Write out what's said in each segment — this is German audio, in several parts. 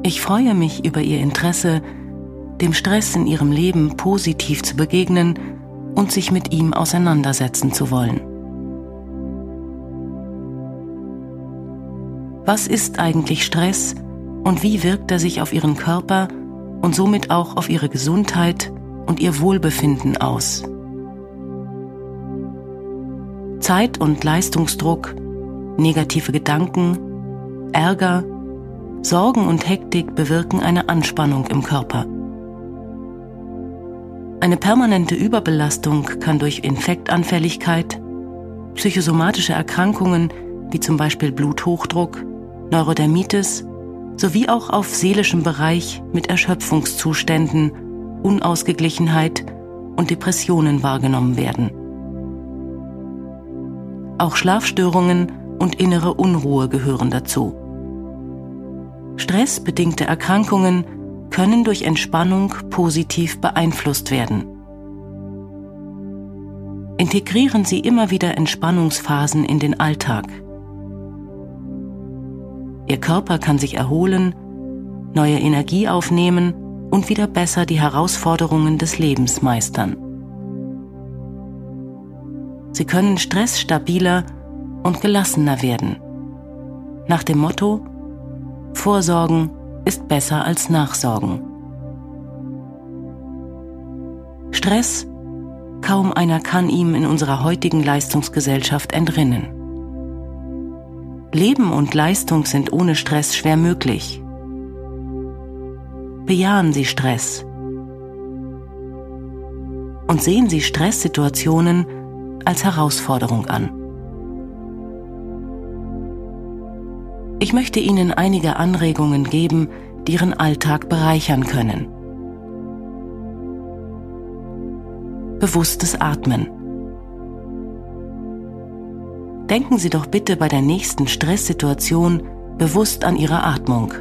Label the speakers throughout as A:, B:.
A: Ich freue mich über Ihr Interesse, dem Stress in Ihrem Leben positiv zu begegnen und sich mit ihm auseinandersetzen zu wollen. Was ist eigentlich Stress und wie wirkt er sich auf Ihren Körper und somit auch auf Ihre Gesundheit und Ihr Wohlbefinden aus? Zeit- und Leistungsdruck, negative Gedanken, Ärger, Sorgen und Hektik bewirken eine Anspannung im Körper. Eine permanente Überbelastung kann durch Infektanfälligkeit, psychosomatische Erkrankungen wie zum Beispiel Bluthochdruck, Neurodermitis sowie auch auf seelischem Bereich mit Erschöpfungszuständen, Unausgeglichenheit und Depressionen wahrgenommen werden. Auch Schlafstörungen und innere Unruhe gehören dazu. Stressbedingte Erkrankungen können durch Entspannung positiv beeinflusst werden. Integrieren Sie immer wieder Entspannungsphasen in den Alltag. Ihr Körper kann sich erholen, neue Energie aufnehmen und wieder besser die Herausforderungen des Lebens meistern. Sie können stressstabiler und gelassener werden. Nach dem Motto: Vorsorgen ist besser als Nachsorgen. Stress, kaum einer kann ihm in unserer heutigen Leistungsgesellschaft entrinnen. Leben und Leistung sind ohne Stress schwer möglich. Bejahen Sie Stress und sehen Sie Stresssituationen als Herausforderung an. Ich möchte Ihnen einige Anregungen geben, die Ihren Alltag bereichern können. Bewusstes Atmen. Denken Sie doch bitte bei der nächsten Stresssituation bewusst an Ihre Atmung.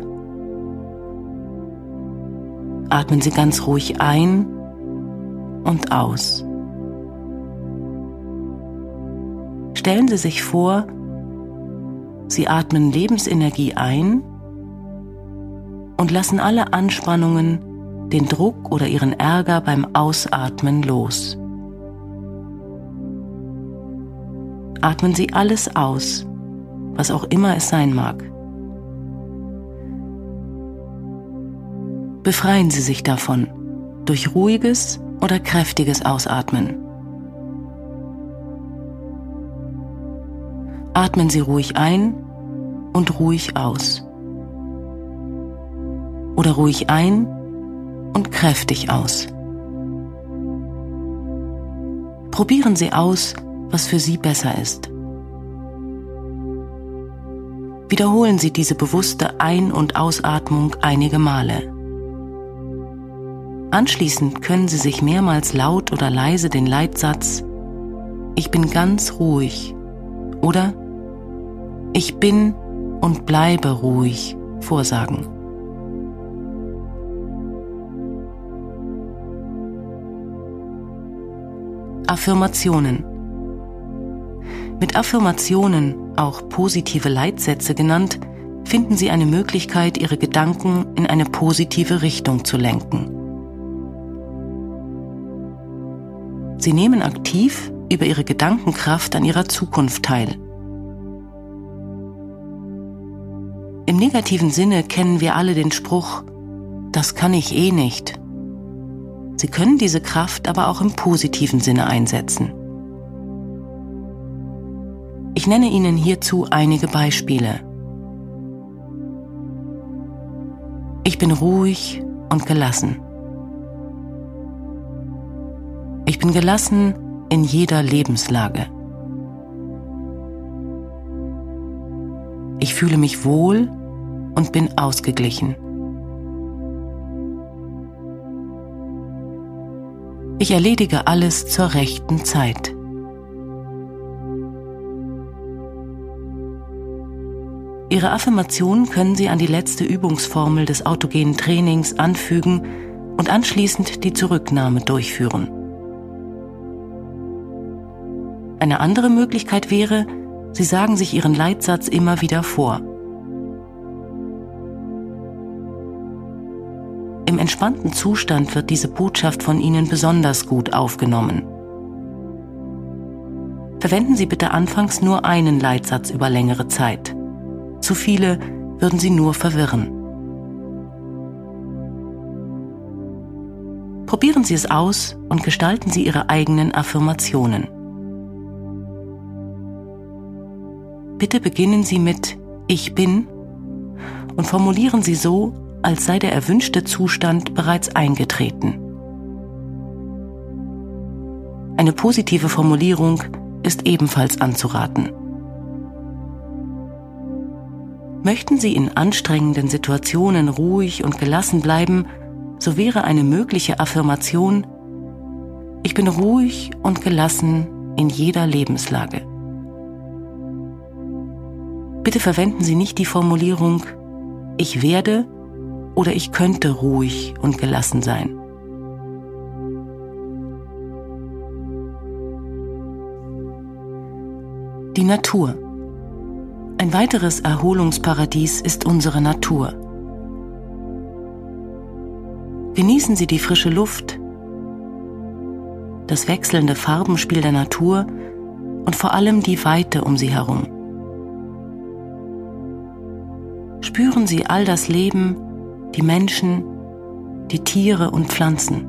A: Atmen Sie ganz ruhig ein und aus. Stellen Sie sich vor, Sie atmen Lebensenergie ein und lassen alle Anspannungen, den Druck oder Ihren Ärger beim Ausatmen los. Atmen Sie alles aus, was auch immer es sein mag. Befreien Sie sich davon durch ruhiges oder kräftiges Ausatmen. Atmen Sie ruhig ein und ruhig aus. Oder ruhig ein und kräftig aus. Probieren Sie aus, was für Sie besser ist. Wiederholen Sie diese bewusste Ein- und Ausatmung einige Male. Anschließend können Sie sich mehrmals laut oder leise den Leitsatz „Ich bin ganz ruhig" oder „Ich bin und bleibe ruhig" vorsagen. Affirmationen. Mit Affirmationen, auch positive Leitsätze genannt, finden Sie eine Möglichkeit, Ihre Gedanken in eine positive Richtung zu lenken. Sie nehmen aktiv über Ihre Gedankenkraft an Ihrer Zukunft teil. Im negativen Sinne kennen wir alle den Spruch: Das kann ich eh nicht. Sie können diese Kraft aber auch im positiven Sinne einsetzen. Ich nenne Ihnen hierzu einige Beispiele. Ich bin ruhig und gelassen. Ich bin gelassen in jeder Lebenslage. Ich fühle mich wohl und bin ausgeglichen. Ich erledige alles zur rechten Zeit. Ihre Affirmation können Sie an die letzte Übungsformel des autogenen Trainings anfügen und anschließend die Zurücknahme durchführen. Eine andere Möglichkeit wäre, Sie sagen sich Ihren Leitsatz immer wieder vor. Im entspannten Zustand wird diese Botschaft von Ihnen besonders gut aufgenommen. Verwenden Sie bitte anfangs nur einen Leitsatz über längere Zeit. Zu viele würden Sie nur verwirren. Probieren Sie es aus und gestalten Sie Ihre eigenen Affirmationen. Bitte beginnen Sie mit „Ich bin“ und formulieren Sie so, als sei der erwünschte Zustand bereits eingetreten. Eine positive Formulierung ist ebenfalls anzuraten. Möchten Sie in anstrengenden Situationen ruhig und gelassen bleiben, so wäre eine mögliche Affirmation: Ich bin ruhig und gelassen in jeder Lebenslage. Bitte verwenden Sie nicht die Formulierung „Ich werde“ oder „Ich könnte ruhig und gelassen sein“. Die Natur. Ein weiteres Erholungsparadies ist unsere Natur. Genießen Sie die frische Luft, das wechselnde Farbenspiel der Natur und vor allem die Weite um Sie herum. Spüren Sie all das Leben, die Menschen, die Tiere und Pflanzen.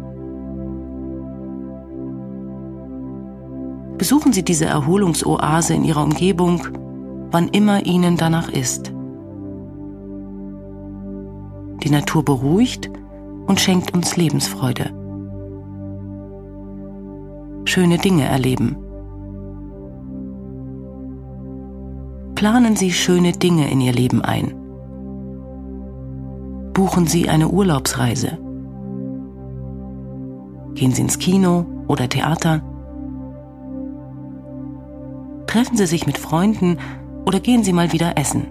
A: Besuchen Sie diese Erholungsoase in Ihrer Umgebung, wann immer Ihnen danach ist. Die Natur beruhigt und schenkt uns Lebensfreude. Schöne Dinge erleben. Planen Sie schöne Dinge in Ihr Leben ein. Buchen Sie eine Urlaubsreise. Gehen Sie ins Kino oder Theater. Treffen Sie sich mit Freunden oder gehen Sie mal wieder essen.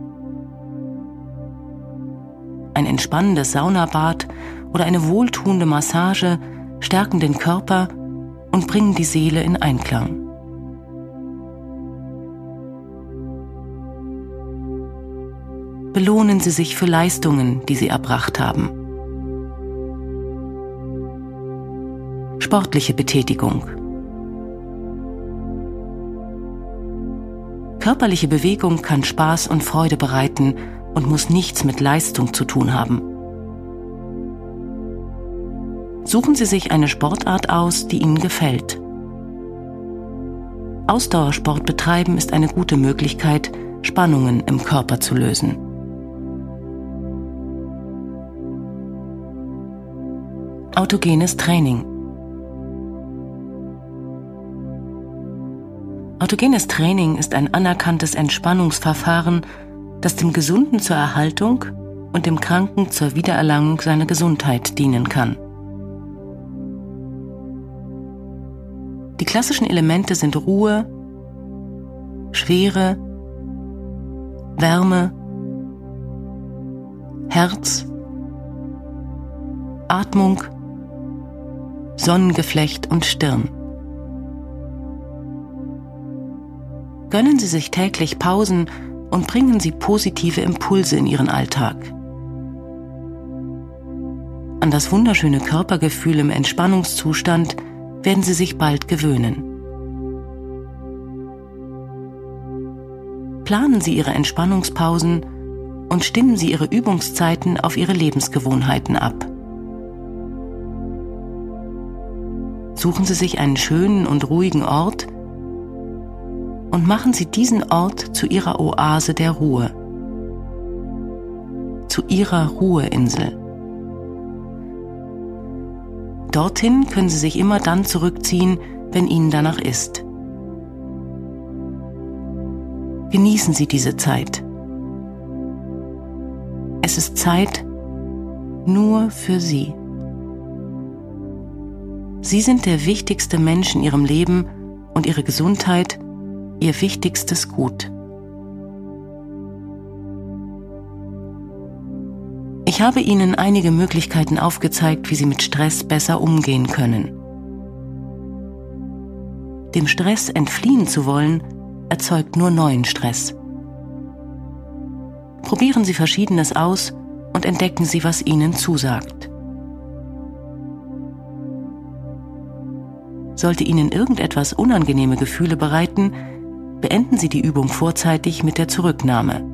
A: Ein entspannendes Saunabad oder eine wohltuende Massage stärken den Körper und bringen die Seele in Einklang. Belohnen Sie sich für Leistungen, die Sie erbracht haben. Sportliche Betätigung. Körperliche Bewegung kann Spaß und Freude bereiten und muss nichts mit Leistung zu tun haben. Suchen Sie sich eine Sportart aus, die Ihnen gefällt. Ausdauersport betreiben ist eine gute Möglichkeit, Spannungen im Körper zu lösen. Autogenes Training. Autogenes Training ist ein anerkanntes Entspannungsverfahren, das dem Gesunden zur Erhaltung und dem Kranken zur Wiedererlangung seiner Gesundheit dienen kann. Die klassischen Elemente sind Ruhe, Schwere, Wärme, Herz, Atmung, Sonnengeflecht und Stirn. Gönnen Sie sich täglich Pausen und bringen Sie positive Impulse in Ihren Alltag. An das wunderschöne Körpergefühl im Entspannungszustand werden Sie sich bald gewöhnen. Planen Sie Ihre Entspannungspausen und stimmen Sie Ihre Übungszeiten auf Ihre Lebensgewohnheiten ab. Suchen Sie sich einen schönen und ruhigen Ort und machen Sie diesen Ort zu Ihrer Oase der Ruhe, zu Ihrer Ruheinsel. Dorthin können Sie sich immer dann zurückziehen, wenn Ihnen danach ist. Genießen Sie diese Zeit. Es ist Zeit nur für Sie. Sie sind der wichtigste Mensch in Ihrem Leben und Ihre Gesundheit Ihr wichtigstes Gut. Ich habe Ihnen einige Möglichkeiten aufgezeigt, wie Sie mit Stress besser umgehen können. Dem Stress entfliehen zu wollen, erzeugt nur neuen Stress. Probieren Sie Verschiedenes aus und entdecken Sie, was Ihnen zusagt. Sollte Ihnen irgendetwas unangenehme Gefühle bereiten, beenden Sie die Übung vorzeitig mit der Zurücknahme.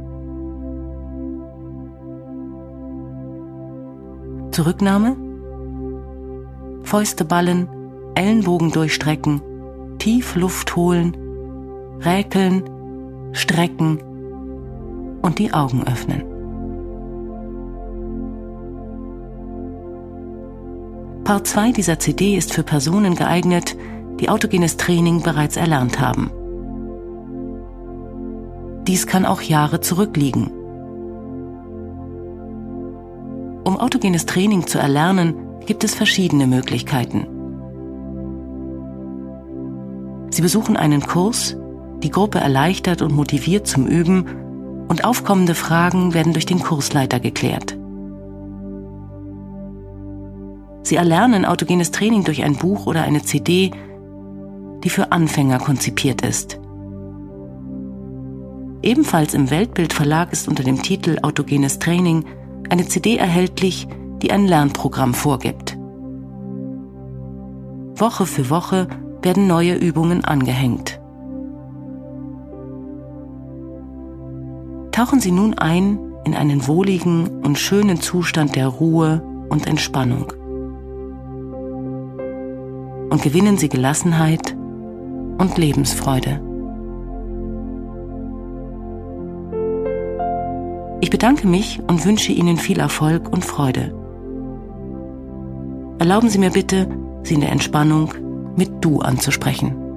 A: Zurücknahme: Fäuste ballen, Ellenbogen durchstrecken, tief Luft holen, räkeln, strecken und die Augen öffnen. Part 2 dieser CD ist für Personen geeignet, die autogenes Training bereits erlernt haben. Dies kann auch Jahre zurückliegen. Um autogenes Training zu erlernen, gibt es verschiedene Möglichkeiten. Sie besuchen einen Kurs, die Gruppe erleichtert und motiviert zum Üben und aufkommende Fragen werden durch den Kursleiter geklärt. Sie erlernen autogenes Training durch ein Buch oder eine CD, die für Anfänger konzipiert ist. Ebenfalls im Weltbild Verlag ist unter dem Titel Autogenes Training eine CD erhältlich, die ein Lernprogramm vorgibt. Woche für Woche werden neue Übungen angehängt. Tauchen Sie nun ein in einen wohligen und schönen Zustand der Ruhe und Entspannung. Und gewinnen Sie Gelassenheit und Lebensfreude. Ich bedanke mich und wünsche Ihnen viel Erfolg und Freude. Erlauben Sie mir bitte, Sie in der Entspannung mit Du anzusprechen.